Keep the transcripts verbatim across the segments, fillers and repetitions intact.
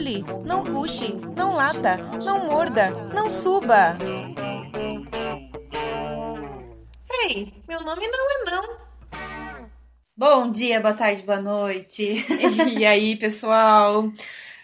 pule, não puxe, não lata, não morda, não suba. Ei, meu nome não é não. Bom dia, boa tarde, boa noite. E aí, pessoal?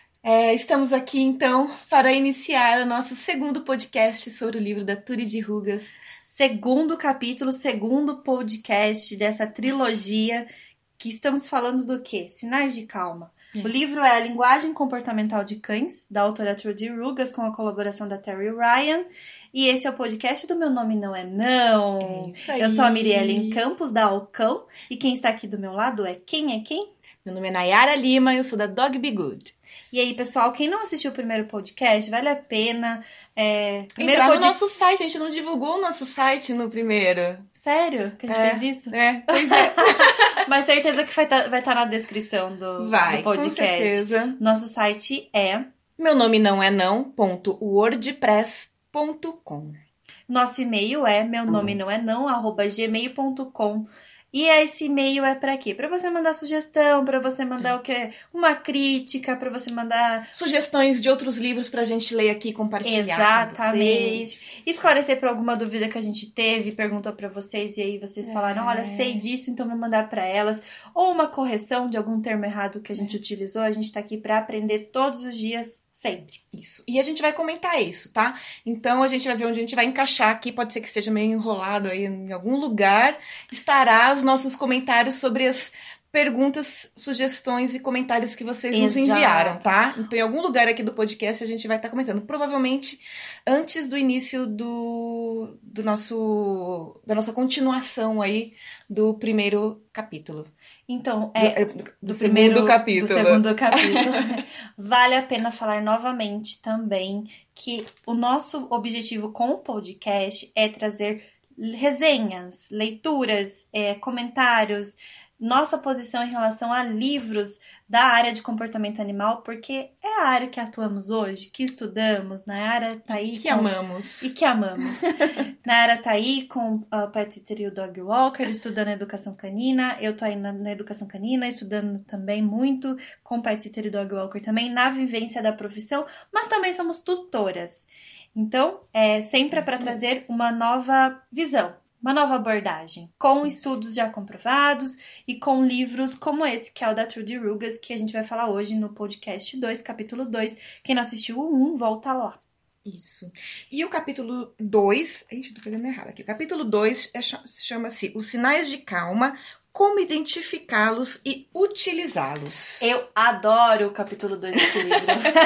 É, estamos aqui, então, para iniciar o nosso segundo podcast sobre o livro da Turid Rugas. Segundo capítulo, segundo podcast dessa trilogia, que estamos falando do quê? Sinais de calma. É. O livro é A Linguagem Comportamental de Cães, da autora Turid Rugas, com a colaboração da Terry Ryan. E esse é o podcast do Meu Nome Não É Não. É isso aí. Eu sou a Mirielle Campos, da Alcão, e quem está aqui do meu lado é Quem é Quem? Meu nome é Nayara Lima, eu sou da Dog Be Good. E aí, pessoal, quem não assistiu o primeiro podcast, vale a pena... É, primeiro Entrar pod... no nosso site, a gente não divulgou o nosso site no primeiro. Sério? Que a gente é, fez isso? É, pois é. Mas certeza que vai estar vai tá na descrição do, vai, do podcast. Com certeza. Nosso site é... Meu nome não é não, ponto wordpress ponto com. Nosso e-mail é meu nome não é não, arroba gmail ponto com. E esse e-mail é pra quê? Pra você mandar sugestão, pra você mandar é. o quê? Uma crítica, pra você mandar... Sugestões de outros livros pra gente ler aqui e compartilhar. Exatamente. Esclarecer pra alguma dúvida que a gente teve, perguntou pra vocês e aí vocês é. falaram, olha, sei disso, então vou mandar pra elas. Ou uma correção de algum termo errado que a gente é. utilizou. A gente tá aqui pra aprender todos os dias, sempre. Isso. E a gente vai comentar isso, tá? Então a gente vai ver onde a gente vai encaixar aqui. Pode ser que esteja meio enrolado aí em algum lugar. Estará os nossos comentários sobre as perguntas, sugestões e comentários que vocês Exato. Nos enviaram, tá? Então, em algum lugar aqui do podcast a gente vai estar comentando. Provavelmente antes do início do, do nosso, da nossa continuação aí do primeiro capítulo. Então, é do, do, do primeiro segundo capítulo. Do segundo capítulo. Vale a pena falar novamente também que o nosso objetivo com o podcast é trazer resenhas, leituras, é, comentários, nossa posição em relação a livros da área de comportamento animal, porque é a área que atuamos hoje, que estudamos, Nayara tá aí e que com... amamos. E que amamos. Nayara tá aí com o Pet Sitter e o Dog Walker, estudando educação canina. Eu tô aí na, na educação canina, estudando também muito com Pet Sitter e Dog Walker também, na vivência da profissão, mas também somos tutoras. Então, é sempre é para trazer uma nova visão, uma nova abordagem, com Isso. estudos já comprovados e com livros como esse, que é o da Turid Rugas, que a gente vai falar hoje no podcast dois, capítulo dois. Quem não assistiu o um, volta lá. Isso. E o capítulo dois... Ixi, tô pegando errado aqui. O capítulo dois é, chama-se Os Sinais de Calma, como identificá-los e utilizá-los. Eu adoro o capítulo dois desse livro.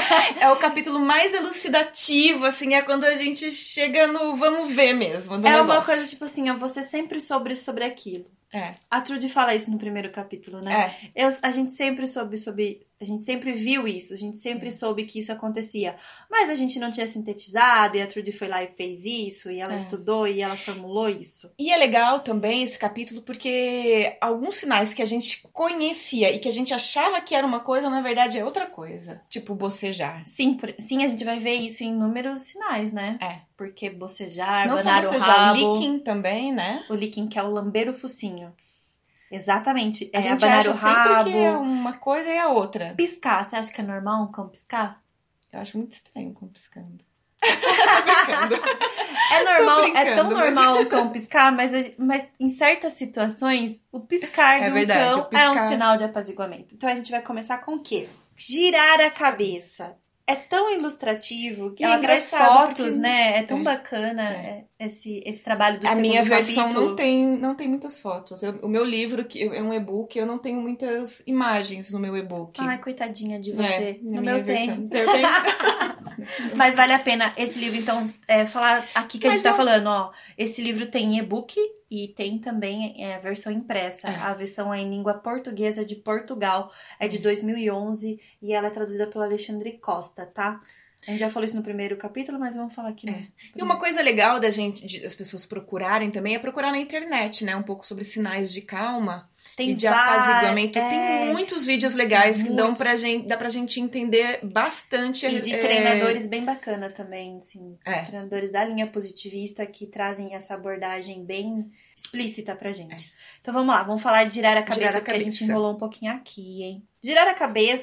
É o capítulo mais elucidativo, assim, é quando a gente chega no vamos ver mesmo. Do é negócio. Uma coisa tipo assim, você sempre soube sobre aquilo. É. A Trudy fala isso no primeiro capítulo, né? É. Eu, a gente sempre soube sobre... A gente sempre viu isso, a gente sempre é. soube que isso acontecia. Mas a gente não tinha sintetizado, e a Trudy foi lá e fez isso, e ela é. estudou, e ela formulou isso. E é legal também esse capítulo, porque alguns sinais que a gente conhecia e que a gente achava que era uma coisa, na verdade é outra coisa. Tipo, bocejar. Sim, sim, a gente vai ver isso em inúmeros sinais, né? É. Porque bocejar, não banar só bocejar, o rabo... o licking também, né? O licking, que é o lamber o focinho. Exatamente. A é, gente abanar acha o rabo. sempre que é uma coisa e a outra. Piscar. Você acha que é normal um cão piscar? Eu acho muito estranho um cão piscando. É normal, é tão normal mas... um cão piscar, mas, mas em certas situações, o piscar de é um verdade, cão piscar... é um sinal de apaziguamento. Então a gente vai começar com o quê? Girar a cabeça. É tão ilustrativo, que ela é traz fotos, porque... né? É tão é, bacana é. Esse, esse trabalho do a segundo minha versão capítulo. não tem, não tem muitas fotos. Eu, o meu livro que é um e-book, eu não tenho muitas imagens no meu e-book. Ai, coitadinha de você. É, no meu tem. tem. Mas vale a pena esse livro, então, é, falar aqui que Mas a gente eu... tá falando, ó. Esse livro tem e-book e tem também é, a versão impressa. É. A versão é em língua portuguesa de Portugal. É de dois mil e onze e ela é traduzida pelo Alexandre Costa, tá? A gente já falou isso no primeiro capítulo, mas vamos falar aqui. É. E uma coisa legal da gente, de, das pessoas procurarem também, é procurar na internet, né? Um pouco sobre sinais de calma. Tem e de apaziguamento. É... Tem muitos vídeos legais muitos. que dão pra gente, dá pra gente entender bastante. E de é... treinadores bem bacana também, assim. É. Treinadores da linha positivista que trazem essa abordagem bem explícita pra gente. É. Então vamos lá, vamos falar de girar a cabeça, girar a porque cabeça. A gente enrolou um pouquinho aqui, hein? Girar a cabeça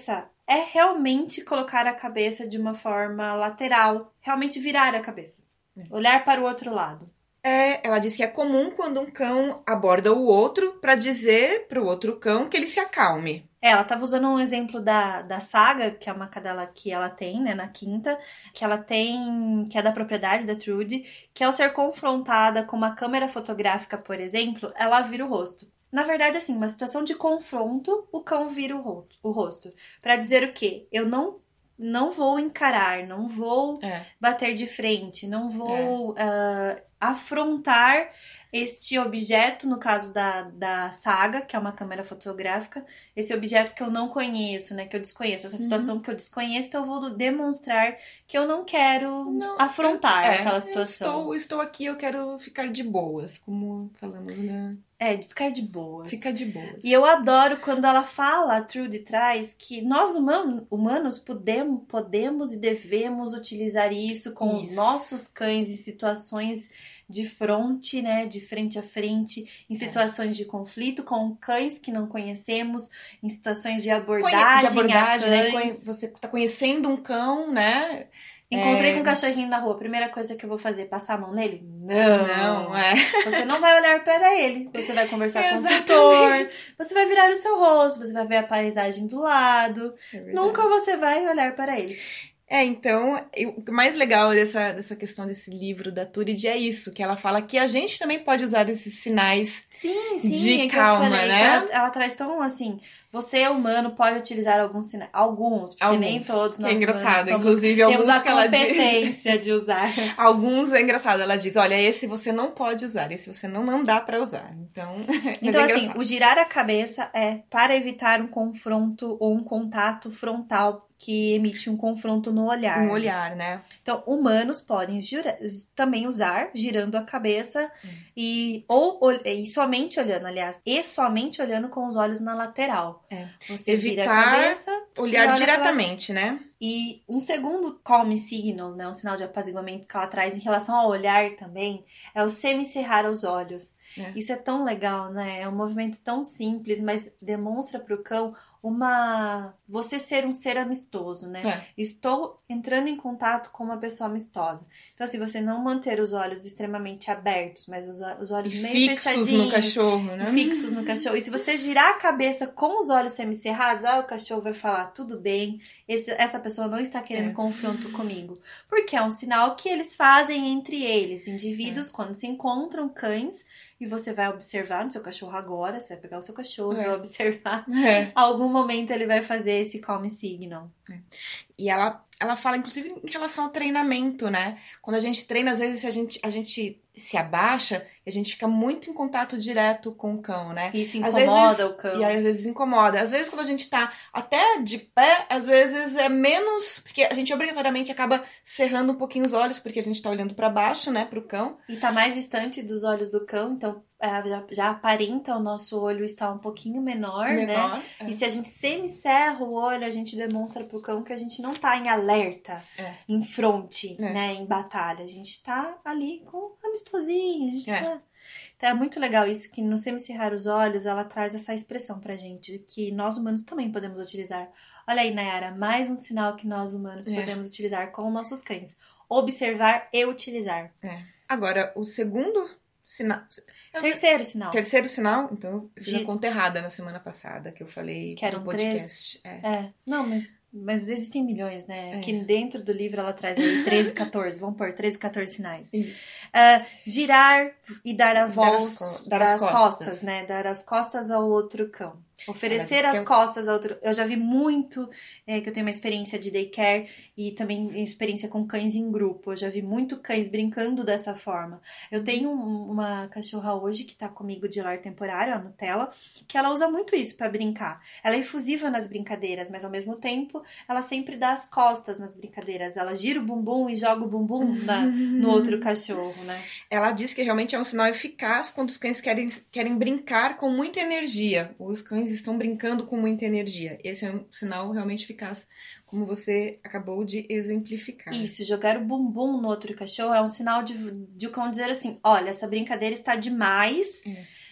é realmente colocar a cabeça de uma forma lateral, realmente virar a cabeça, olhar para o outro lado. É, ela diz que é comum quando um cão aborda o outro para dizer para o outro cão que ele se acalme. É, ela estava usando um exemplo da, da Saga, que é uma cadela que ela tem, né, na quinta, que ela tem, que é da propriedade da Trudy, que ao ser confrontada com uma câmera fotográfica, por exemplo, ela vira o rosto. Na verdade, assim, uma situação de confronto, o cão vira o rosto, o rosto para dizer o quê? Eu não não vou encarar, não vou é. bater de frente, não vou é. uh, afrontar este objeto, no caso da, da Saga, que é uma câmera fotográfica, esse objeto que eu não conheço, né, que eu desconheço, essa situação uhum. que eu desconheço, então eu vou demonstrar que eu não quero não, afrontar eu, é, aquela situação. Estou, estou aqui, eu quero ficar de boas, como falamos, né? É, de ficar de boas. Fica de boas. E eu adoro quando ela fala, a Trudy traz, que nós humanos, humanos podemos, podemos e devemos utilizar isso com isso. os nossos cães em situações de fronte, né, de frente a frente, em situações é. de conflito, com cães que não conhecemos, em situações de abordagem, de abordagem, né? Você tá conhecendo um cão, né? Encontrei é... com um cachorrinho na rua, a primeira coisa que eu vou fazer, passar a mão nele? Não, não é. Você não vai olhar para ele, você vai conversar com o tutor, você vai virar o seu rosto, você vai ver a paisagem do lado, é nunca você vai olhar para ele. É, então, o mais legal dessa, dessa questão desse livro da Turid é isso, que ela fala que a gente também pode usar esses sinais sim, sim, de é calma, que eu falei, né? Ela, ela traz tão assim, você humano pode utilizar alguns sinais, alguns, porque alguns. nem todos nós é engraçado, estamos, inclusive alguns temos a que ela competência diz, de usar. Alguns é engraçado, ela diz, olha, esse você não pode usar, esse você não, não dá pra usar, então... Então é assim, o girar a cabeça é para evitar um confronto ou um contato frontal que emite um confronto no olhar. Um olhar, né? Então, humanos podem gira, também usar, girando a cabeça hum. e, ou, e somente olhando, aliás, e somente olhando com os olhos na lateral. É. Você Evitar vira a cabeça, olhar diretamente, aquela... né? E um segundo calm signal, né, um sinal de apaziguamento que ela traz em relação ao olhar também, é o semicerrar os olhos. É. Isso é tão legal, né? É um movimento tão simples, mas demonstra para o cão uma... você ser um ser amistoso, né? É. Estou entrando em contato com uma pessoa amistosa. Então, assim, você não manter os olhos extremamente abertos, mas os, os olhos meio fixos fechadinhos. no cachorro, né? Fixos no cachorro. E se você girar a cabeça com os olhos semicerrados, ah, o cachorro vai falar, tudo bem, esse, essa pessoa não está querendo é. confronto comigo. Porque é um sinal que eles fazem entre eles, indivíduos, é. quando se encontram, cães, e você vai observar no seu cachorro agora, você vai pegar o seu cachorro e é. vai observar. É. Algum momento ele vai fazer esse calm signal. É. E ela, ela fala, inclusive, em relação ao treinamento, né? Quando a gente treina, às vezes a gente, a gente se abaixa e a gente fica muito em contato direto com o cão, né? Isso incomoda vezes, o cão. E às vezes incomoda. Às vezes, quando a gente tá até de pé, às vezes é menos... Porque a gente obrigatoriamente acaba cerrando um pouquinho os olhos, porque a gente tá olhando pra baixo, né? Pro cão. E tá mais distante dos olhos do cão, então... Já, já aparenta o nosso olho estar um pouquinho menor, menor né? É. E se a gente semicerra o olho, a gente demonstra pro cão que a gente não tá em alerta, é. em fronte, é. né? Em batalha. A gente tá ali com amistosinho. A gente é. tá... Então é muito legal isso, que no semicerrar os olhos, ela traz essa expressão pra gente, que nós humanos também podemos utilizar. Olha aí, Nayara, mais um sinal que nós humanos é. podemos utilizar com nossos cães. Observar e utilizar. É. Agora, o segundo... Sinal. Terceiro sinal. Terceiro sinal? Então, eu fiz de... a conta errada na semana passada, que eu falei que no podcast. É. é. Não, mas, mas existem milhões, né? É. Que dentro do livro ela traz aí treze, catorze. Vamos pôr treze, catorze sinais. Isso. Uh, girar e dar a volta. Dar as, co- dar as costas. costas, né? Dar as costas ao outro cão. Oferecer as eu... costas ao outro... Eu já vi muito, é, que eu tenho uma experiência de daycare e também experiência com cães em grupo. Eu já vi muito cães brincando dessa forma. Eu tenho um, uma cachorra hoje que tá comigo de lar temporário, a Nutella, que ela usa muito isso pra brincar. Ela é efusiva nas brincadeiras, mas ao mesmo tempo ela sempre dá as costas nas brincadeiras. Ela gira o bumbum e joga o bumbum na, no outro cachorro, né? Ela diz que realmente é um sinal eficaz quando os cães querem, querem brincar com muita energia. Os cães estão brincando com muita energia. Esse é um sinal realmente eficaz, como você acabou de exemplificar. Isso, jogar o bumbum no outro cachorro é um sinal de, de o cão dizer assim, olha, essa brincadeira está demais, é.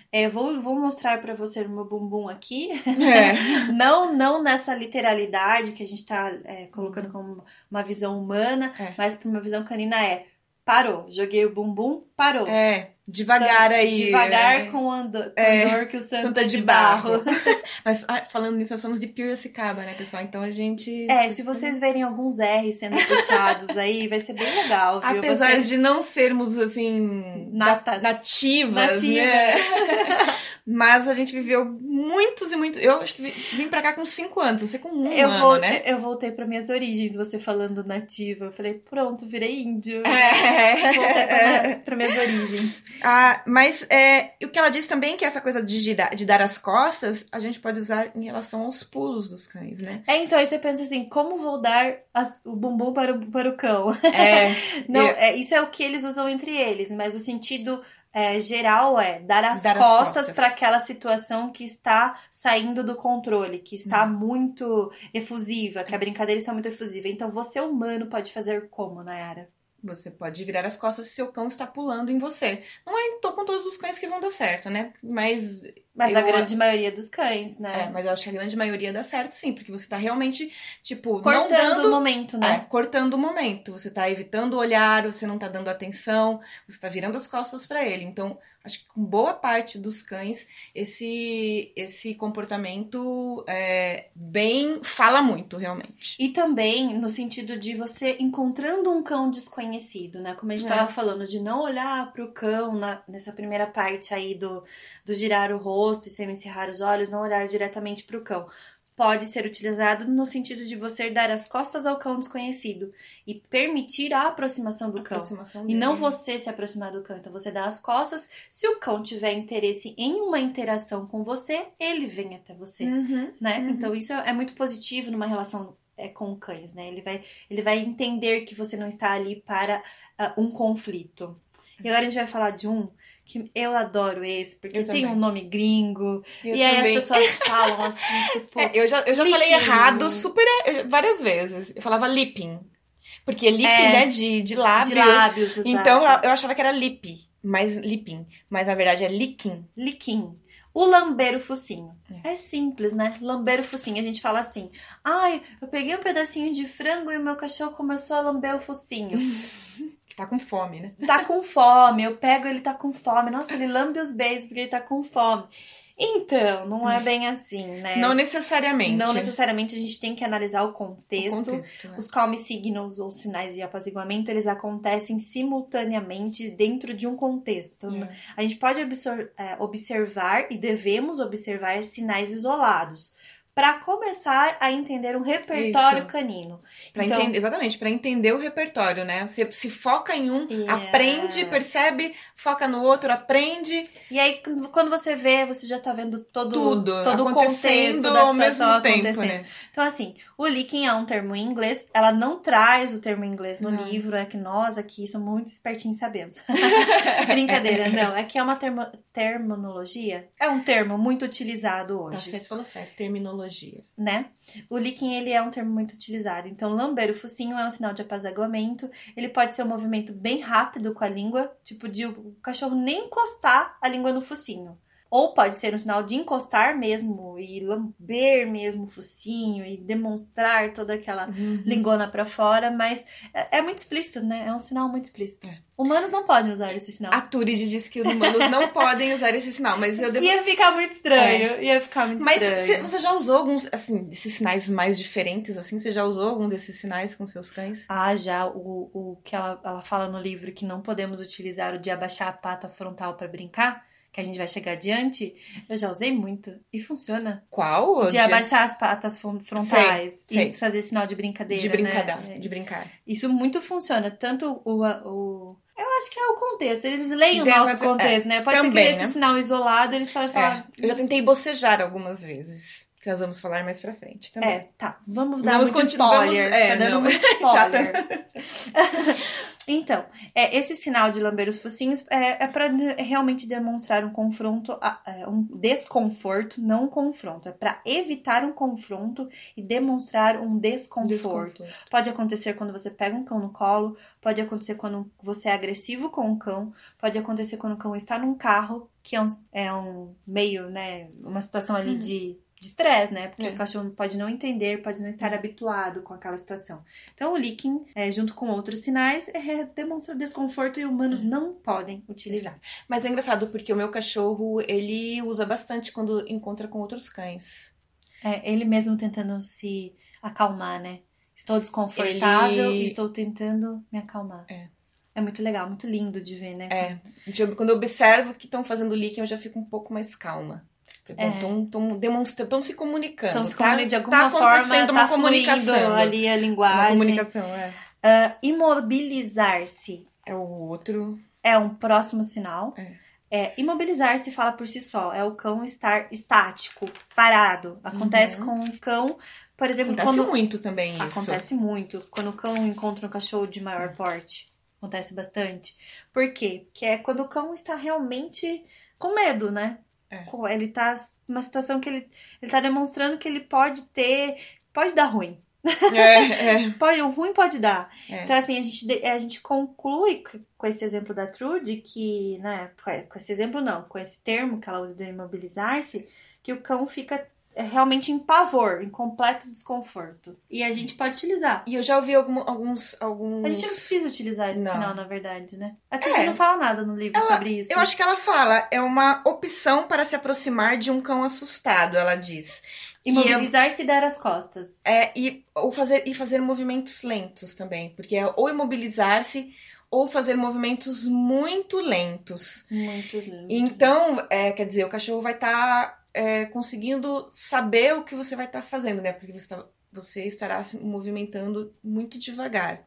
Eu vou, vou mostrar pra você o meu bumbum aqui. É. não, não nessa literalidade que a gente tá é, colocando como uma visão humana, É. mas pra uma visão canina é parou. Joguei o bumbum, parou. É, devagar Então, aí. Devagar é. com o andor, com É, andor que o santo Santa é de barro. Mas ah, falando nisso, nós somos de Piracicaba, né, pessoal? Então a gente... É, se vocês verem alguns R's sendo puxados aí, vai ser bem legal, viu? Apesar Vocês... de não sermos, assim, Natas. nativas, Nativa. né? Mas a gente viveu muitos e muitos... Eu acho que vim pra cá com cinco anos, você com um eu ano, vou, né? Eu voltei para minhas origens, você falando nativa. Eu falei, pronto, virei índio. É. Voltei para minhas origens. Ah, mas é, o que ela disse também, que essa coisa de, girar, de dar as costas, a gente pode usar em relação aos pulos dos cães, né? É, então aí você pensa assim, como vou dar as, o bumbum para o, para o cão? É. Não, é. é, isso é o que eles usam entre eles, mas o sentido... É, geral é dar as Dar as costas, costas. para aquela situação que está saindo do controle, que está Hum. muito efusiva, que a brincadeira está muito efusiva. Então, você humano pode fazer como, Nayara? Você pode virar as costas se seu cão está pulando em você. Não é tô com todos os cães que vão dar certo, né? Mas... Mas eu, a grande maioria dos cães, né? É, mas eu acho que a grande maioria dá certo sim, porque você tá realmente, tipo, Cortando não dando... o momento, né? É, cortando o momento. Você tá evitando o olhar, você não tá dando atenção, você tá virando as costas para ele. Então, acho que com boa parte dos cães, esse, esse comportamento é, bem fala muito, realmente. E também no sentido de você encontrando um cão desconhecido, né? Como a gente É. tava falando, de não olhar pro cão na, nessa primeira parte aí do, do girar o rosto e semicerrar os olhos, não olhar diretamente pro cão. Pode ser utilizado no sentido de você dar as costas ao cão desconhecido e permitir a aproximação do cão. Aproximação E dele. não você se aproximar do cão. Então você dá as costas. Se o cão tiver interesse em uma interação com você, ele vem até você, Uhum, né? uhum. Então isso é muito positivo numa relação é, com cães, né? Ele vai, ele vai entender que você não está ali para uh, um conflito. E agora a gente vai falar de um que eu adoro esse, porque Eu tem também. um nome gringo. Eu e aí também. as pessoas falam assim, tipo... É, eu já, eu já Lipping. falei errado super eu- várias vezes. Eu falava lipping. Porque lipping, É. né, de, de lábio. de lábios, exato. Então eu eu achava que era lip, mas lipping. Mas na verdade é licking. Liquim. O lamber o focinho. É. é simples, né? Lamber o focinho. A gente fala assim, ai, eu peguei um pedacinho de frango e o meu cachorro começou a lamber o focinho. Tá com fome, né? Tá com fome, eu pego, ele tá com fome. Nossa, ele lambe os beijos porque ele tá com fome. Então, não é bem assim, né? Não necessariamente. Não necessariamente, a gente tem que analisar o O contexto. contexto, né? Os calm signals ou sinais de apaziguamento, eles acontecem simultaneamente dentro de um contexto. Então, É. a gente pode obser- é, observar e devemos observar sinais isolados para começar a entender um repertório Isso. canino. Pra Então, entender, exatamente, pra entender o repertório, né? Você se foca em um, Yeah. aprende, percebe, foca no outro, aprende. E aí, quando você vê, você já tá vendo todo, Tudo todo o acontecendo contexto da ao situação mesmo tempo, acontecendo. né? Então, assim, o licking é um termo em inglês. Ela não traz o termo em inglês no Não. livro. É que nós aqui somos muito espertinhos, sabemos. Brincadeira, não. É que é uma termo- terminologia. É um termo muito utilizado Tá hoje, certo, você falou certo, terminologia. né? O licking, ele é um termo muito utilizado. Então, lamber o focinho é um sinal de apaziguamento. Ele pode ser um movimento bem rápido com a língua, tipo de o cachorro nem encostar a língua no focinho. Ou pode ser um sinal de encostar mesmo e lamber mesmo o focinho e demonstrar toda aquela Uhum. lingona pra fora, mas é, é muito explícito, né? É um sinal muito explícito. É. Humanos não podem usar esse sinal. A Turid disse que os humanos não podem usar esse sinal, mas eu devo... Ia ficar muito estranho. Ia ficar muito Mas estranho. cê- você já usou alguns, assim, desses sinais mais diferentes, assim? Você já usou algum desses sinais com seus cães? Ah, já o, o que ela, ela fala no livro que não podemos utilizar o de abaixar a pata frontal pra brincar, que a gente vai chegar adiante, eu já usei muito e funciona. Qual? De abaixar as patas fron- frontais Sei, sei. e fazer sinal de brincadeira, De brincadeira, né? de brincar. Isso muito funciona, tanto o, o... Eu acho que é o contexto, eles leem o Deve nosso ser- contexto, né? Pode ser também, que esse né? sinal isolado, eles falam, É, falam eu já tentei bocejar algumas vezes, que nós vamos falar mais pra frente também. é, tá, vamos dar Vamos muito continuar, spoiler, vamos- é, tá dando não. muito Já spoiler. Então, é, esse sinal de lamber os focinhos é, é para realmente demonstrar um confronto, a- é, um desconforto, não um confronto. É para evitar um confronto e demonstrar um desconforto. Desconforto. Pode acontecer quando você pega um cão no colo, pode acontecer quando você é agressivo com o cão, pode acontecer quando o cão está num carro, que é um, é um meio, né, uma situação ali uhum. de de estresse, né? Porque é. o cachorro pode não entender, pode não estar é. habituado com aquela situação. Então, o licking, é, junto com outros sinais, é, demonstra desconforto e humanos é. não podem utilizar. Mas é engraçado, porque o meu cachorro, ele usa bastante quando encontra com outros cães. É, ele mesmo tentando se acalmar, né? Estou desconfortável ele... e estou tentando me acalmar. É. É muito legal, muito lindo de ver, né? É. Quando eu observo que estão fazendo licking, eu já fico um pouco mais calma. Estão é. se comunicando. Estão se comunicando de alguma tá forma, uma tá comunicação ali a linguagem. Uma comunicação, é. Uh, imobilizar-se. É o outro. É um próximo sinal. É. É, imobilizar-se fala por si só. É o cão estar estático, parado. Acontece uhum. com um cão, por exemplo... Acontece quando... muito também isso. Acontece muito. Quando o cão encontra um cachorro de maior porte. Acontece bastante. Por quê? Porque é quando o cão está realmente com medo, né? É. Ele tá numa situação que ele, ele tá demonstrando que ele pode ter, pode dar ruim. É, é. Pode, o ruim pode dar. É. Então, assim, a gente, a gente conclui com esse exemplo da Trude que, né, com esse exemplo não, com esse termo que ela usa de imobilizar-se, que o cão fica realmente em pavor, em completo desconforto. E a gente pode utilizar. E eu já ouvi algum, alguns, alguns... A gente não precisa utilizar esse não. sinal, na verdade, né? A Trude é. não fala nada no livro ela, sobre isso. Eu acho que ela fala, é uma opção para se aproximar de um cão assustado, ela diz. Imobilizar-se e dar as costas. É, e, ou fazer, e fazer movimentos lentos também, porque é ou imobilizar-se ou fazer movimentos muito lentos. Muito lentos. Então, é, quer dizer, o cachorro vai estar... Tá, É, conseguindo saber o que você vai estar tá fazendo, né? Porque você, tá, você estará se movimentando muito devagar.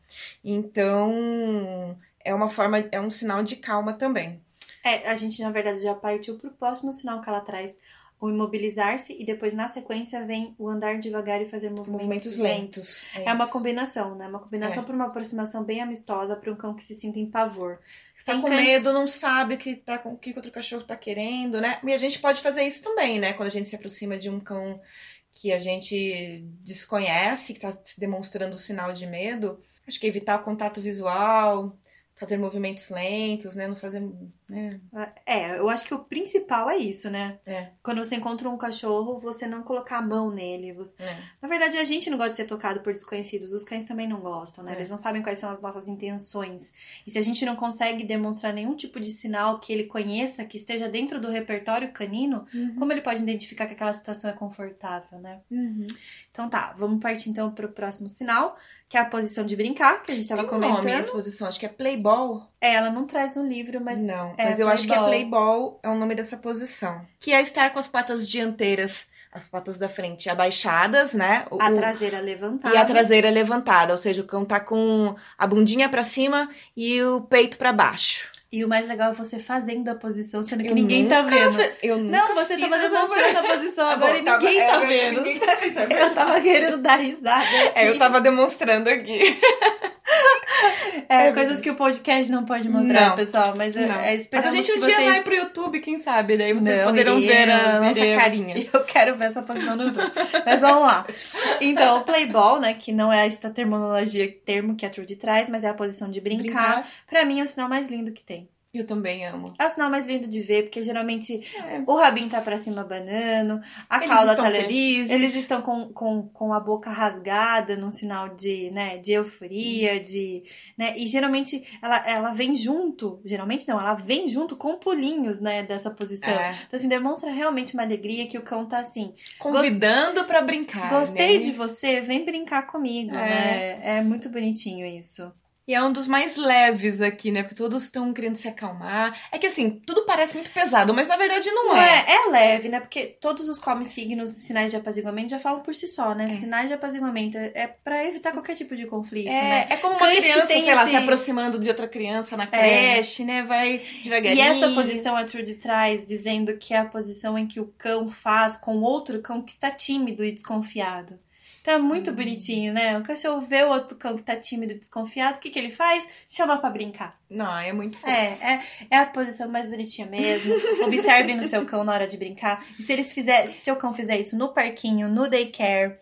Então, é uma forma, é um sinal de calma também. É, a gente, na verdade, já partiu pro próximo sinal que ela traz, o imobilizar-se, e depois, na sequência, vem o andar devagar e fazer movimentos, movimentos lentos. lentos. É, é uma combinação, né? Uma combinação é. para uma aproximação bem amistosa, para um cão que se sinta em pavor. Está com cães... medo, não sabe o que, tá, o que outro cachorro tá querendo, né? E a gente pode fazer isso também, né? Quando a gente se aproxima de um cão que a gente desconhece, que tá se demonstrando sinal de medo. Acho que evitar o contato visual... Fazer movimentos lentos, né? Não fazer... Né? É, eu acho que o principal é isso, né? É. Quando você encontra um cachorro, você não colocar a mão nele. Você... É. Na verdade, a gente não gosta de ser tocado por desconhecidos. Os cães também não gostam, né? É. Eles não sabem quais são as nossas intenções. E se a gente não consegue demonstrar nenhum tipo de sinal que ele conheça, que esteja dentro do repertório canino, uhum. como ele pode identificar que aquela situação é confortável, né? Uhum. Então tá, vamos partir então pro próximo sinal, que é a posição de brincar, que a gente tava Tem comentando. Tem nome essa posição, acho que é playball. É, ela não traz no livro, mas... Não, é, mas eu playball. acho que é playball, é o nome dessa posição. Que é estar com as patas dianteiras, as patas da frente abaixadas, né? O, a traseira levantada. E a traseira levantada, ou seja, o cão tá com a bundinha pra cima e o peito pra baixo. E o mais legal é você fazendo a posição, sendo que eu ninguém tá vendo. Fe... Eu não, você tava demonstrando a posição agora e ninguém tá vendo. Ninguém tá vendo. Eu tava querendo dar risada. É, eu tava demonstrando aqui. É, é coisas que o podcast não pode mostrar, não, pessoal, mas é, é esperamos a gente um que dia vocês... vai pro YouTube, quem sabe, daí vocês não, poderão iremos, ver a nossa iremos. carinha. Eu quero ver essa posição no YouTube. Mas vamos lá. Então, o playball, né, que não é esta terminologia, termo que a Trude traz, mas é a posição de brincar. brincar. Pra mim é o sinal mais lindo que tem. Eu também amo. É o sinal mais lindo de ver, porque geralmente é. o rabinho tá pra cima banando, a eles cauda estão tá felizes. Eles estão com, com, com a boca rasgada, num sinal de, né, de euforia, hum. de, né, e geralmente ela, ela vem junto, geralmente não, ela vem junto com pulinhos, né, dessa posição. É. Então, assim, demonstra realmente uma alegria que o cão tá assim... Convidando gost... pra brincar, Gostei né? de você, vem brincar comigo, é. né? É muito bonitinho isso. E é um dos mais leves aqui, né? Porque todos estão querendo se acalmar. É que assim, tudo parece muito pesado, mas na verdade não, não é. é. É leve, né? Porque todos os come signos, sinais de apaziguamento já falam por si só, né? É. Sinais de apaziguamento é pra evitar qualquer tipo de conflito, é, né? É como uma Cães criança, sei esse... lá, se aproximando de outra criança na creche, é. né? Vai devagarinho. E essa posição a Trude traz, dizendo que é a posição em que o cão faz com outro cão que está tímido e desconfiado. Então é muito hum. bonitinho, né? O cachorro vê o outro cão que tá tímido e desconfiado, o que que ele faz? Chama pra brincar. Não, é muito fofo. É, é, é a posição mais bonitinha mesmo. Observe no seu cão na hora de brincar. E se eles fizer, se seu cão fizer isso no parquinho, no daycare,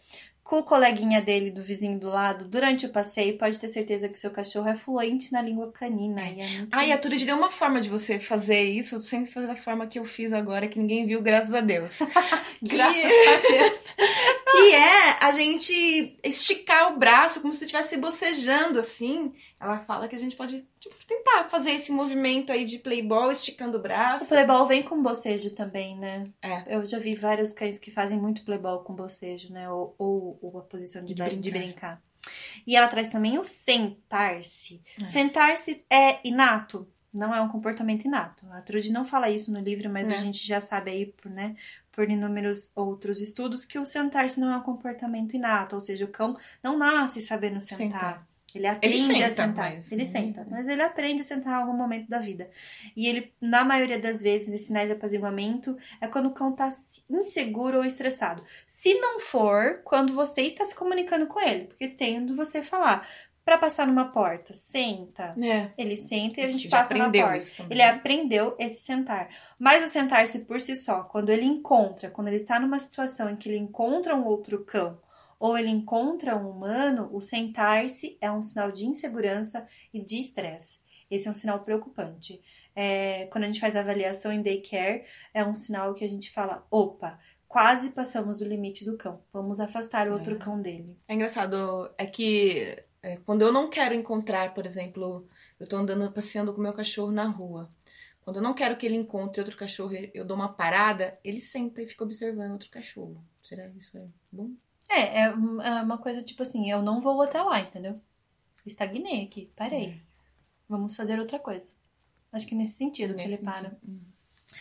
com o coleguinha dele, do vizinho do lado, durante o passeio, pode ter certeza que seu cachorro é fluente na língua canina. E é muito Ah, e a bonitinho. Turid deu uma forma de você fazer isso sem fazer da forma que eu fiz agora, que ninguém viu, graças a Deus. Graças a Deus. Que é a gente esticar o braço como se estivesse bocejando, assim. Ela fala que a gente pode tipo, tentar fazer esse movimento aí de playball, esticando o O braço. playball vem com bocejo também, né? É. Eu já vi vários cães que fazem muito playball com bocejo, né? Ou, ou, ou a posição de, De dar- de brincar. brincar. E ela traz também o sentar-se. É. Sentar-se é inato, não é um comportamento inato. A Trude não fala isso no livro, mas É. a gente já sabe aí, por, né, por inúmeros outros estudos, que o sentar-se não é um comportamento inato. Ou seja, o cão não nasce sabendo sentar. Sentar. Ele aprende Ele a senta, sentar. mas- Ele senta, mas ele aprende a sentar em algum momento da vida. E ele, na maioria das vezes, esses sinais de apaziguamento é quando o cão tá inseguro ou estressado. Se não for, quando você está se comunicando com ele, porque tem onde você falar. Pra passar numa porta, senta. É. Ele senta e a gente Já passa na aprendeu porta. isso também. Ele aprendeu esse sentar. Mas o sentar-se por si só, quando ele encontra, quando ele está numa situação em que ele encontra um outro cão, ou ele encontra um humano, o sentar-se é um sinal de insegurança e de estresse. Esse é um sinal preocupante. É, quando a gente faz a avaliação em daycare, é um sinal que a gente fala, opa, quase passamos o limite do cão. Vamos afastar o outro É. cão dele. É engraçado, é que é, quando eu não quero encontrar, por exemplo, eu tô andando, passeando com o meu cachorro na rua. Quando eu não quero que ele encontre outro cachorro, eu dou uma parada, ele senta e fica observando outro cachorro. Será que isso é bom? É, é um- é uma coisa tipo assim, eu não vou até lá, entendeu? Estagnei aqui, parei. É. Vamos fazer outra coisa. Acho que nesse sentido que Nesse ele para. sentido. Hum.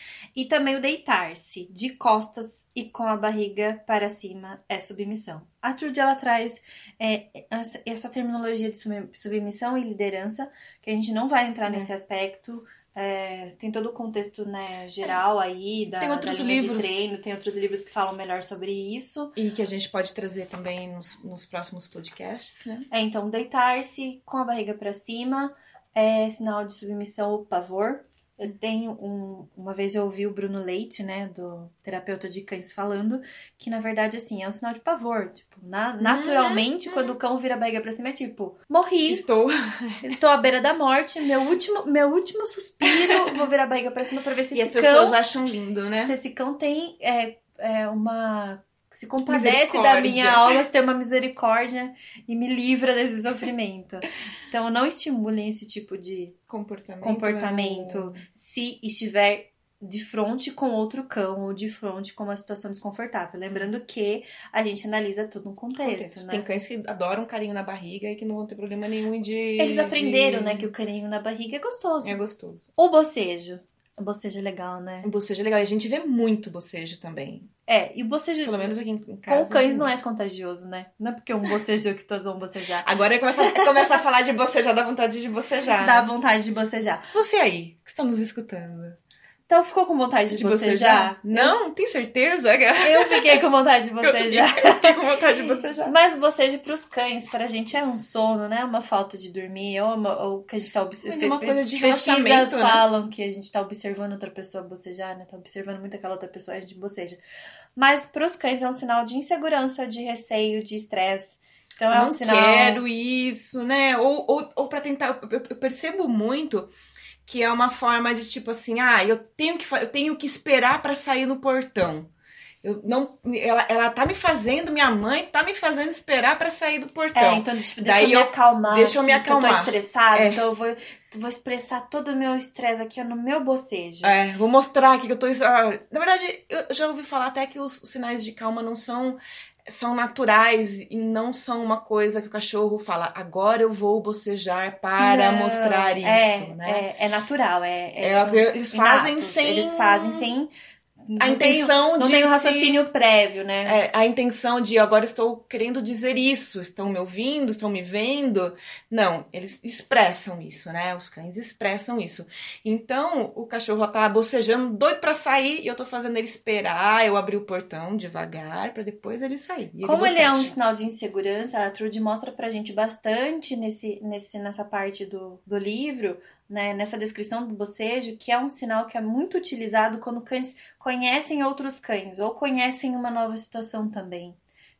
E também o deitar-se de costas e com a barriga para cima é submissão. A Trude, ela traz é, essa, essa terminologia de sub- submissão e liderança, que a gente não vai entrar É. nesse aspecto. É, tem todo o contexto, né, geral aí da, Tem outros da linha livros. de treino, tem outros livros que falam melhor sobre isso. E que a gente pode trazer também nos, nos próximos podcasts, né? É, então, deitar-se com a barriga para cima é sinal de submissão ou pavor. Eu tenho um... Uma vez eu ouvi o Bruno Leite, né, do terapeuta de cães, falando que, na verdade, assim, é um sinal de pavor. Tipo, na- naturalmente, quando o cão vira a barriga pra cima, é tipo, morri, Estou. estou à beira da morte, meu último, meu último suspiro, vou virar a barriga pra cima pra ver se E as esse pessoas cão... acham lindo, né? Se esse cão tem é, é, uma... Se compadece da Misericórdia. minha alma, se tem uma misericórdia e me livra desse sofrimento. Então, não estimulem esse tipo de Comportamento. comportamento se estiver de frente com outro cão ou de frente com uma situação desconfortável. Lembrando que a gente analisa tudo no contexto, Contexto. né? Tem cães que adoram carinho na barriga e que não vão ter problema nenhum de... Eles aprenderam, de... né, que o carinho na barriga é gostoso. É gostoso. O bocejo. O bocejo é legal, né? O bocejo é legal. E a gente vê muito bocejo também. É, e o bocejo... Pelo menos aqui em casa. Com cães não é contagioso, né? Não é porque um bocejou que todos vão bocejar. Agora começa a, começa a falar de bocejar, dá vontade de bocejar. Dá vontade de bocejar. Você aí, que está nos escutando. Então, ficou com vontade de, De bocejar? bocejar? Não? Tem certeza? Eu fiquei com vontade de Eu fiquei, bocejar. eu fiquei com vontade de bocejar. Mas o bocejo pros cães, pra gente é um sono, né? Uma falta de dormir, ou, uma, ou que a gente tá observando. É uma coisa de Pesquisas relaxamento, né? falam que a gente tá observando outra pessoa bocejar, né? Tá observando muito aquela outra pessoa, a gente boceja. Mas pros cães é um sinal de insegurança, de receio, de estresse. Então é Eu um não sinal... quero isso, né? Ou, ou, ou pra tentar... Eu, eu percebo muito que é uma forma de tipo assim, ah, eu tenho que, fa- eu tenho que esperar pra sair no portão. Eu não, ela, ela tá me fazendo, minha mãe tá me fazendo esperar pra sair do portão. É, então, tipo, deixa Daí eu me eu- acalmar. deixa eu me aqui, que eu acalmar. tô estressada, É. então eu vou, vou expressar todo o meu estresse aqui ó, no meu bocejo. É, vou mostrar aqui que eu tô... ah, na verdade, eu já ouvi falar até que os, os sinais de calma não são... São naturais e não são uma coisa que o cachorro fala, agora eu vou bocejar para Não, mostra isso, é, né? É, é natural, é, é- É, são eles fazem inatos, sem- Eles fazem sem... A não tem- intenção Não de tem o se- raciocínio prévio, né? É, a intenção de agora estou querendo dizer isso, estão me ouvindo, estão me vendo. Não, eles expressam isso, né? Os cães expressam isso. Então, o cachorro tá bocejando, doido pra sair, e eu tô fazendo ele esperar, eu abrir o portão devagar, pra depois ele sair. E Como ele é um boceja. sinal de insegurança, a Trude mostra pra gente bastante nesse, nesse, nessa parte do, do livro, né, nessa descrição do bocejo, que é um sinal que é muito utilizado quando cães conhecem outros cães ou conhecem uma nova situação também.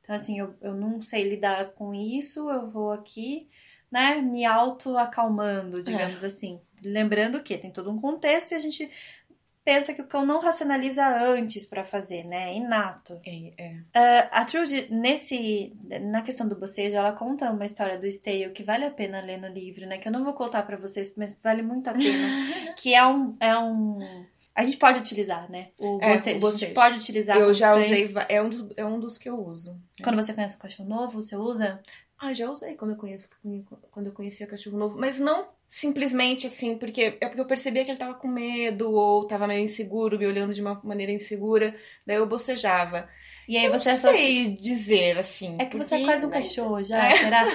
Então, assim, eu, eu não sei lidar com isso, eu vou aqui, né, me auto-acalmando, digamos É. assim. Lembrando que tem todo um contexto e a gente pensa que o cão não racionaliza antes pra fazer, né? É inato. É, é. Uh, a Trude, nesse, na questão do bocejo, ela conta uma história do Stale que vale a pena ler no livro, né? Que eu não vou contar pra vocês, mas vale muito a pena. Que é um... É um a gente pode utilizar, né? O É, bocejo. o bocejo. A gente pode utilizar Eu com os já cães. usei, va- é um, dos, é um dos que eu uso. né? Quando você conhece um cachorro novo, você usa? Ah, já usei quando eu conheço, quando eu conhecia cachorro novo, mas não simplesmente assim, porque é porque eu percebia que ele tava com medo ou tava meio inseguro, me olhando de uma maneira insegura, daí eu bocejava. E aí eu você não associa... sei dizer assim. É que você porque- é quase um mas- cachorro já, É. será?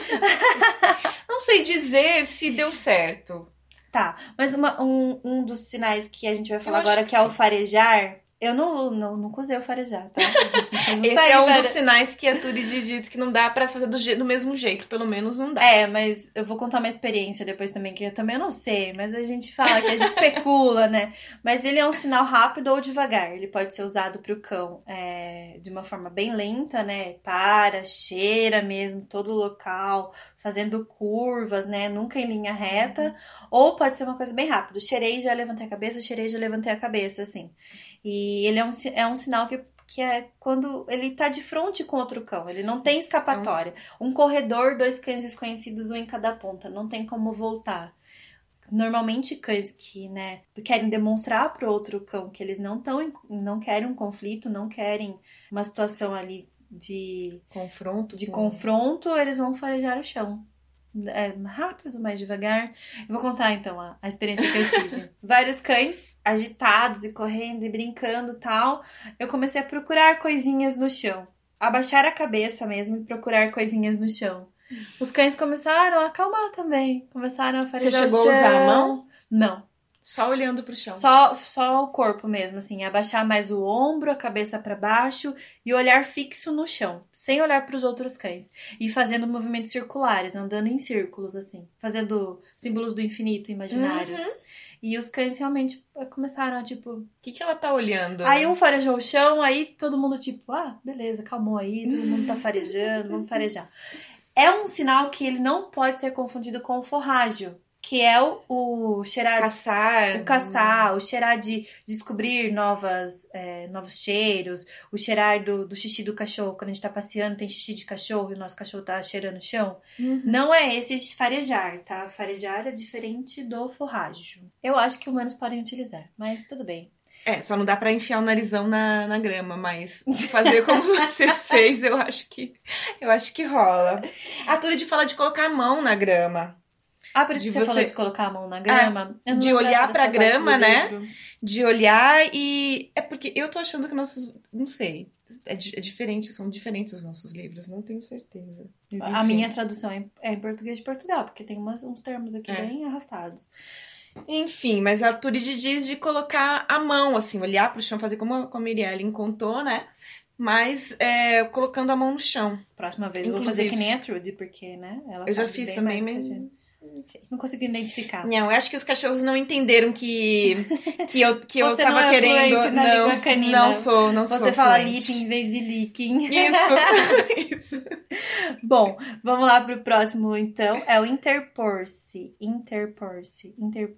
Não sei dizer se deu certo. Tá, mas uma- um, um dos sinais que a gente vai falar acho agora, que que é o sim. farejar, eu não, não, nunca usei o farejar, tá? Não Esse sei, é um fare- dos sinais que a Turid diz que não dá pra fazer do, je- do mesmo jeito, pelo menos não dá. É, mas eu vou contar uma experiência depois também, que eu também não sei, mas a gente fala, que a gente especula, né? Mas ele é um sinal rápido ou devagar. Ele pode ser usado pro cão é, de uma forma bem lenta, né? Para, cheira mesmo todo o local, fazendo curvas, né? Nunca em linha reta. Ou pode ser uma coisa bem rápida. Cheirei, já levantei a cabeça, cheirei, já levantei a cabeça, assim. E ele é um, si- é um sinal que, que é quando ele tá de frente com outro cão. Ele não tem escapatória. Um corredor, dois cães desconhecidos, um em cada ponta. Não tem como voltar. Normalmente cães que, né, querem demonstrar pro outro cão que eles não tão, não querem um conflito, não querem uma situação ali de, Confronto. de com- confronto, eles vão farejar o chão. É rápido, mais devagar. Eu vou contar então a, a experiência que eu tive. Vários cães agitados e correndo e brincando e tal. Eu comecei a procurar coisinhas no chão. Abaixar a cabeça mesmo e procurar coisinhas no chão. Os cães começaram a acalmar também. Começaram a farejar Você chegou o chão. a usar a mão? Não. Só olhando pro chão. Só, só o corpo mesmo, assim. Abaixar mais o ombro, a cabeça pra baixo e olhar fixo no chão. Sem olhar pros outros cães. E fazendo movimentos circulares, andando em círculos, assim. Fazendo símbolos do infinito imaginários. Uhum. E os cães realmente começaram a, tipo... O que, que ela tá olhando? Aí um farejou o chão, aí todo mundo, tipo... Ah, beleza, calmou aí, todo mundo tá farejando, vamos farejar. É um sinal que ele não pode ser confundido com o forrágio, que é o, o cheirar... Caçar. O caçar, o cheirar de descobrir novas, é, novos cheiros, o cheirar do, do xixi do cachorro. Quando a gente tá passeando, tem xixi de cachorro e o nosso cachorro tá cheirando o chão. Uhum. Não é esse farejar, tá? Farejar é diferente do forrágio. Eu acho que humanos podem utilizar, mas tudo bem. É, só não dá pra enfiar o narizão na, na grama, mas se fazer como você fez, eu acho que eu acho que rola. A Turid fala de colocar a mão na grama. Ah, por isso De que você, você- falou de colocar a mão na grama? Eu não de lembrava olhar dessa pra parte grama, do né? livro. De olhar e... É porque eu tô achando que nossos... Não sei. É, di- é diferente, são diferentes os nossos livros, não tenho certeza. Mas, A enfim. minha tradução é em- é em português de Portugal, porque tem umas, uns termos aqui É. bem arrastados. Enfim, mas a Turid diz de colocar a mão, assim, olhar pro chão, fazer como a, como a Mirielle contou, né? Mas é, colocando a mão no chão. Próxima vez eu vou fazer Inclusive. que nem a Trudy, porque, né? Ela Eu já sabe fiz bem também, mais que a mas... gente. Não consegui identificar. Não, eu acho que os cachorros não entenderam que, que, eu, que eu Você tava não é querendo. fluente na Não, língua canina. não sou, não sou. Você fala fluente. licking em vez de licking. Isso, isso. Bom, vamos lá pro próximo, então. É o interpor-se. Interpor-se. Inter...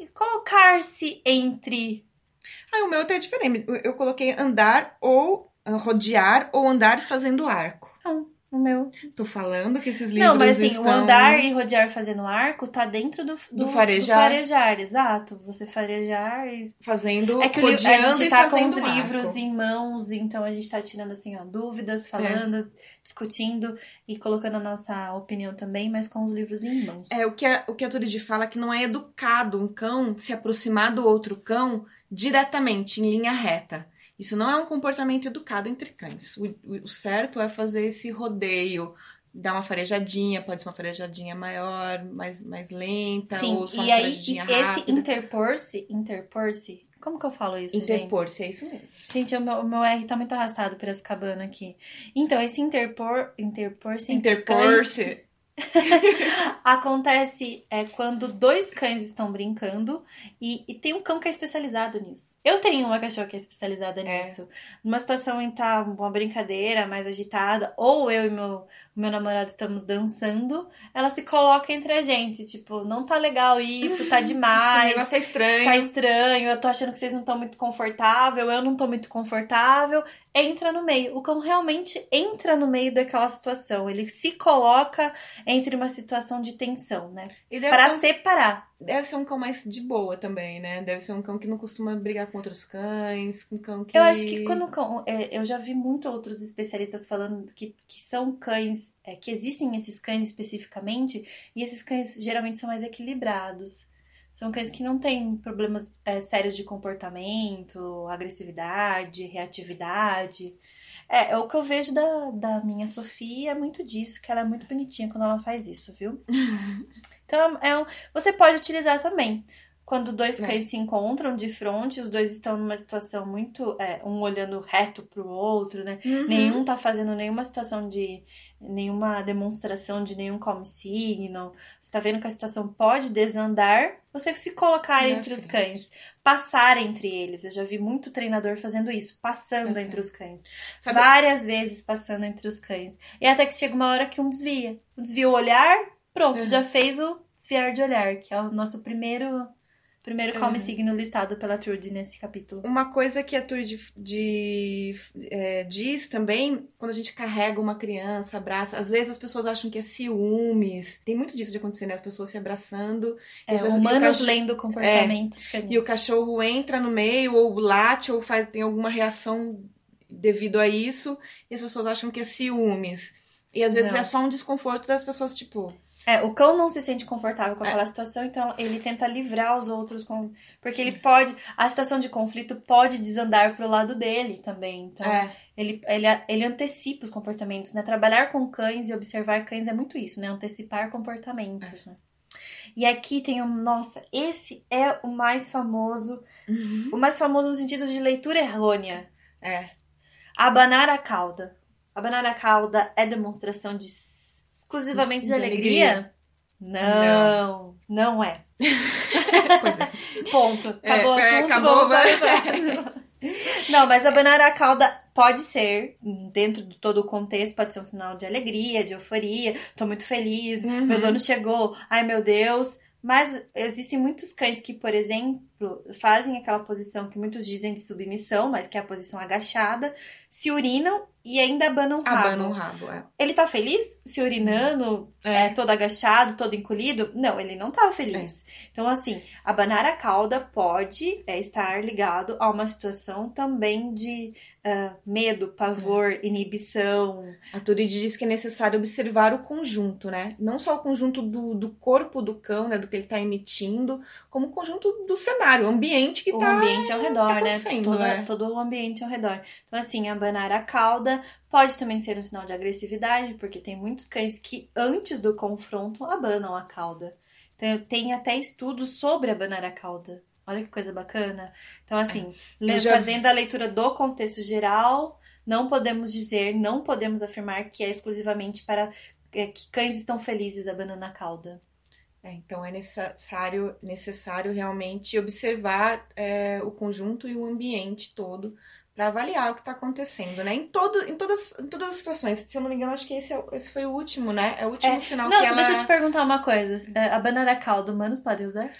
Colocar-se entre... Ah, o meu até é diferente. Eu, eu coloquei andar ou ah, rodear ou andar fazendo arco. Não, o meu... Tô falando que esses livros Não, mas assim, estão... o andar e rodear fazendo arco tá dentro do, do, Do farejar. do farejar, exato. Você farejar e... Fazendo, É que o li- a rodeando gente e tá com fazendo os arco. livros em mãos, então a gente tá tirando assim, ó, dúvidas, falando, discutindo e colocando a nossa opinião também, mas com os livros em mãos. É, o que a, o que a Turid fala é que não é educado um cão se aproximar do outro cão diretamente, em linha reta. Isso não é um comportamento educado entre cães. O, o- o certo é fazer esse rodeio, dar uma farejadinha, pode ser uma farejadinha maior, mais, mais lenta, Sim, ou só e uma aí farejadinha esse rápida. interpor-se, interpor-se, como que eu falo isso, gente? Interpor-se, é isso mesmo. Gente, o meu, o meu R tá muito arrastado por essa cabana aqui. Então, esse interpor, interpor-se entre cães Interpor-se. Acontece é, quando dois cães estão brincando e, e tem um cão que é especializado nisso. Eu tenho uma cachorra que é especializada É. nisso. Numa situação em que tá uma brincadeira mais agitada, ou eu e meu, meu namorado estamos dançando, ela se coloca entre a gente. Tipo, não tá legal isso, tá Esse demais. negócio tá estranho. Tá estranho, eu tô achando que vocês não estão muito confortável, eu não tô muito confortável. Entra no meio. O cão realmente entra no meio daquela situação. Ele se coloca entre uma situação de tensão, né? E deve Pra ser, um, separar. deve ser um cão mais de boa também, né? Deve ser um cão que não costuma brigar com outros cães, um cão que... Eu acho que quando o cão... é, eu já vi muito outros especialistas falando que, que são cães... É, que existem esses cães especificamente, e esses cães geralmente são mais equilibrados. São cães que não têm problemas é, sérios de comportamento, agressividade, reatividade. É, é o que eu vejo da, da minha Sofia, é muito disso, que ela é muito bonitinha quando ela faz isso, viu? Então, é um, você pode utilizar também. Quando dois cães é. se encontram de frente, os dois estão numa situação muito... É, um olhando reto pro outro, né? Uhum. Nenhum tá fazendo nenhuma situação de... Nenhuma demonstração de nenhum come signo. Você tá vendo que a situação pode desandar. Você se colocar Minha entre filha. os cães. Passar entre eles. Eu já vi muito treinador fazendo isso. Passando Passando. entre os cães. Sabe? Várias vezes passando entre os cães. E até que chega uma hora que um desvia. Um desvia o olhar. Pronto, uhum. já fez o desviar de olhar. Que é o nosso primeiro... Primeiro come uhum. signo listado pela Trudy nesse capítulo. Uma coisa que a Trudy de, é, diz também, quando a gente carrega uma criança, abraça, às vezes as pessoas acham que é ciúmes. Tem muito disso de acontecer, né? As pessoas se abraçando. É, vezes, humanos cachorro, lendo comportamentos. É, e o cachorro entra no meio, ou late, ou faz, tem alguma reação devido a isso, e as pessoas acham que é ciúmes. E às vezes Não. é só um desconforto das pessoas, tipo... É, o cão não se sente confortável com aquela é. situação, então ele tenta livrar os outros, com... porque ele pode... A situação de conflito pode desandar pro lado dele também, então é. ele, ele, ele antecipa os comportamentos, né? Trabalhar com cães e observar cães é muito isso, né? Antecipar comportamentos, é. né? E aqui tem um... Nossa, esse é o mais famoso, uhum. o mais famoso no sentido de leitura errônea. É. Abanar a cauda. Abanar a cauda é demonstração de... exclusivamente de, de alegria? alegria? Não, não, não é. Ponto. Acabou é, o assunto. Acabou, vai. Não, mas abanar a cauda pode ser, dentro de todo o contexto, pode ser um sinal de alegria, de euforia. Tô muito feliz, uhum. meu dono chegou, ai meu Deus. Mas existem muitos cães que, por exemplo, fazem aquela posição que muitos dizem de submissão, mas que é a posição agachada, se urinam e ainda abanam o rabo. Abanam o rabo, é. Ele tá feliz se urinando, é. É, todo agachado, todo encolhido? Não, ele não tá feliz. É. Então, assim, abanar a cauda pode é, estar ligado a uma situação também de uh, medo, pavor, é. inibição. A Turid diz que é necessário observar o conjunto, né? Não só o conjunto do, do corpo do cão, né? Do que ele tá emitindo, como o conjunto do cenário, o ambiente que o tá O ambiente ao redor, tá né? Toda, é. Todo o ambiente ao redor. Então, assim, abanar a cauda pode também ser um sinal de agressividade, porque tem muitos cães que antes do confronto abanam a cauda. Então, tem até estudos sobre abanar a cauda. Olha que coisa bacana. Então, assim, é. já... fazendo a leitura do contexto geral, não podemos dizer, não podemos afirmar que é exclusivamente para é, que cães estão felizes abanando a cauda. É, então é necessário, necessário realmente observar é, o conjunto e o ambiente todo para avaliar o que está acontecendo, né? Em, todo, em, todas, em todas as situações. Se eu não me engano, acho que esse, é, esse foi o último, né? É o último é, sinal não, que ela... Não, deixa eu te perguntar uma coisa. Abanar a cauda, humanos podem usar?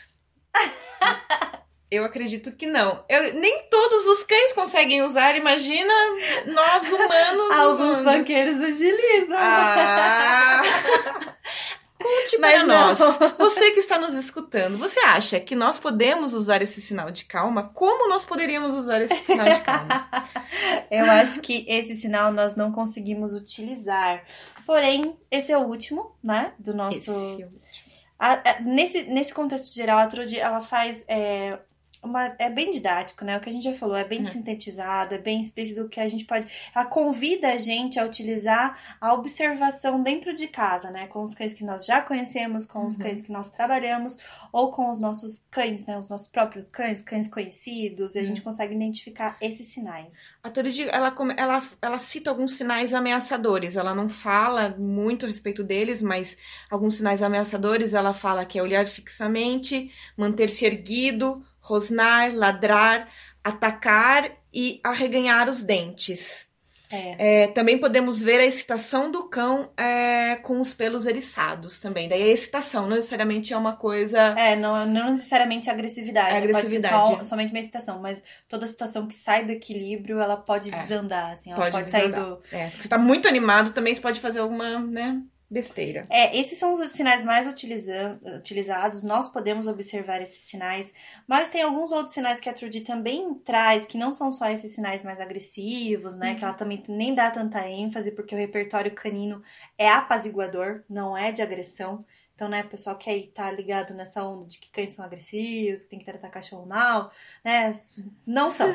Eu acredito que não. Eu, nem todos os cães conseguem usar, imagina nós humanos Alguns usando. banqueiros utilizam. Ah... Conte para nós, você que está nos escutando, você acha que nós podemos usar esse sinal de calma? Como nós poderíamos usar esse sinal de calma? Eu acho que esse sinal nós não conseguimos utilizar. Porém, esse é o último, né? Do nosso... Esse é o último. A, a, nesse, nesse contexto geral, a Trudy, ela faz... É... uma, é bem didático, né? O que a gente já falou, é bem É. sintetizado, é bem explícito o que a gente pode... Ela convida a gente a utilizar a observação dentro de casa, né? Com os cães que nós já conhecemos, com os Uhum. cães que nós trabalhamos, ou com os nossos cães, né? Os nossos próprios cães, cães conhecidos, e a Uhum. gente consegue identificar esses sinais. A Toridi, ela, come- ela, ela cita alguns sinais ameaçadores. Ela não fala muito a respeito deles, mas alguns sinais ameaçadores ela fala que é olhar fixamente, manter-se erguido, rosnar, ladrar, atacar e arreganhar os dentes. É. É, também podemos ver a excitação do cão é, com os pelos eriçados também. Daí a excitação não necessariamente é uma coisa... É, não, não necessariamente agressividade. É né? agressividade. Pode ser só, somente uma excitação, mas toda situação que sai do equilíbrio, ela pode É. desandar, assim. Ela Pode pode, sair desandar. do... É, porque você tá muito animado, também você pode fazer alguma, né, besteira. É, esses são os sinais mais utiliza- utilizados, nós podemos observar esses sinais, mas tem alguns outros sinais que a Trudy também traz, que não são só esses sinais mais agressivos, né, Uhum. que ela também nem dá tanta ênfase, porque o repertório canino é apaziguador, não é de agressão. Então, né, o pessoal que aí tá ligado nessa onda de que cães são agressivos, que tem que tratar cachorro mal, né, não são.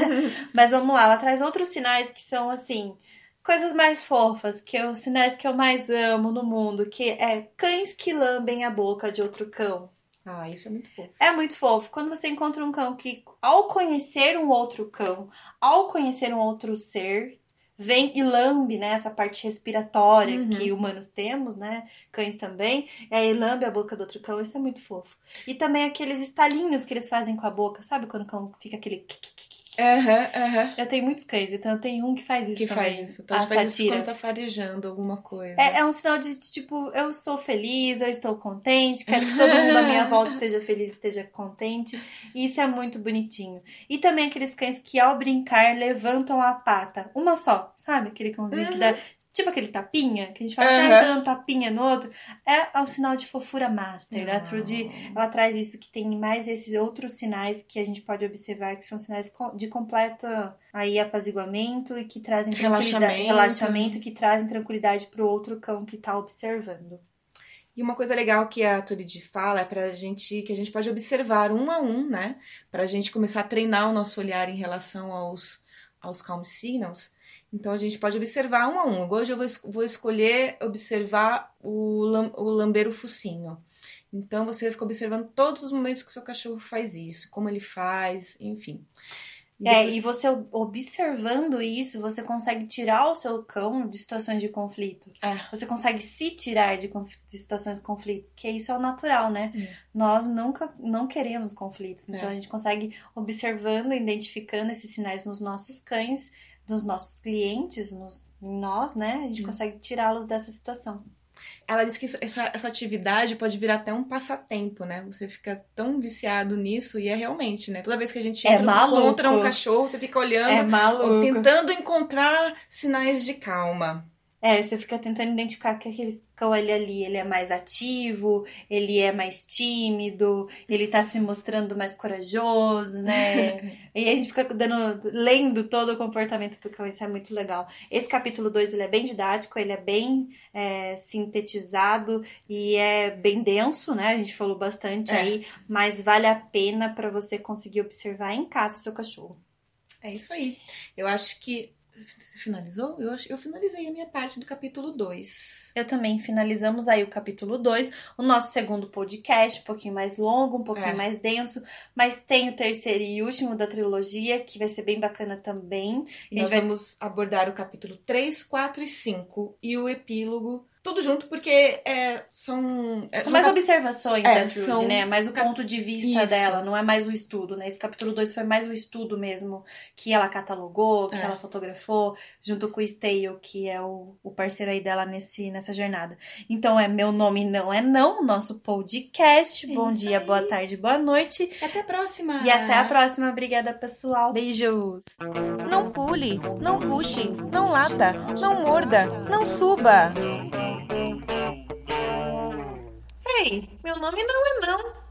Mas vamos lá, ela traz outros sinais que são, assim... coisas mais fofas, que é os sinais que eu mais amo no mundo, que é cães que lambem a boca de outro cão. Ah, isso é muito fofo. É muito fofo. Quando você encontra um cão que, ao conhecer um outro cão, ao conhecer um outro ser, vem e lambe, né, essa parte respiratória Uhum. que humanos temos, né, cães também, e aí lambe a boca do outro cão, isso é muito fofo. E também aqueles estalinhos que eles fazem com a boca, sabe quando o cão fica aquele... Aham, aham. Eu tenho muitos cães, então eu tenho um que faz isso Que também. faz isso. Então, a a gente faz isso satira. quando tá farejando alguma coisa. É, é um sinal de, tipo, eu sou feliz, eu estou contente, quero que todo mundo à minha volta esteja feliz, esteja contente. E isso é muito bonitinho. E também aqueles cães que, ao brincar, levantam a pata. Uma só, sabe? Aquele cãozinho que dá... Tipo aquele tapinha, que a gente fala, Uhum. sempre dando tapinha no outro. É o sinal de fofura master. A Trudy, ela traz isso, que tem mais esses outros sinais que a gente pode observar, que são sinais de completo aí, apaziguamento e que trazem tranquilidade, Relaxamento. relaxamento, que trazem tranquilidade pro outro cão que tá observando. E uma coisa legal que a Toridi fala é pra gente, que a gente pode observar um a um, né? Pra gente começar a treinar o nosso olhar em relação aos, aos calm signals. Então, a gente pode observar um a um. Hoje eu vou, es- vou escolher observar o, lam, o lamber o focinho. Então, você vai ficar observando todos os momentos que o seu cachorro faz isso, como ele faz, enfim. E É, depois- e você observando isso, você consegue tirar o seu cão de situações de conflito. É. Você consegue se tirar de, conf- de situações de conflitos, que isso é o natural, né? É. Nós nunca não queremos conflitos. Então É. a gente consegue observando, identificando esses sinais nos nossos cães, nos nossos clientes, nos, em nós, né? A gente Hum. consegue tirá-los dessa situação. Ela diz que isso- essa, essa atividade pode virar até um passatempo, né? Você fica tão viciado nisso e é realmente, né? Toda vez que a gente É entra, maluco. encontra um cachorro, você fica olhando, É maluco. tentando encontrar sinais de calma. É, você fica tentando identificar que aquele cão ele ali, ele é mais ativo, ele é mais tímido, ele tá se mostrando mais corajoso, né? E a gente fica dando, lendo todo o comportamento do cão, isso é muito legal. Esse capítulo dois, ele é bem didático, ele é bem é, sintetizado e é bem denso, né? A gente falou bastante É. aí, mas vale a pena para você conseguir observar em casa o seu cachorro. É isso aí. Eu acho que... Você finalizou? Eu, acho, eu finalizei a minha parte do capítulo dois. Eu também finalizamos aí o capítulo dois, o nosso segundo podcast, um pouquinho mais longo, um pouquinho É. mais denso, mas tem o terceiro e último da trilogia, que vai ser bem bacana também. E A gente nós vai- vamos abordar o capítulo três, quatro e cinco e o epílogo, tudo junto, porque é, são... é, São mais cap- observações É, da Trudy, são né? Mais o cap- ponto de vista Isso. dela, não é mais o estudo, né? Esse capítulo dois foi mais o estudo mesmo, que ela catalogou, que É. ela fotografou, junto com o Stale, que é o, o parceiro aí dela nesse, nessa jornada. Então, é Meu Nome Não É Não, nosso podcast. Bom Isso dia, aí. boa tarde, boa noite. Até a próxima! E até a próxima. Obrigada, pessoal. Beijos! Não pule, não puxe, não lata, não morda, não suba! Ei, meu nome não é não.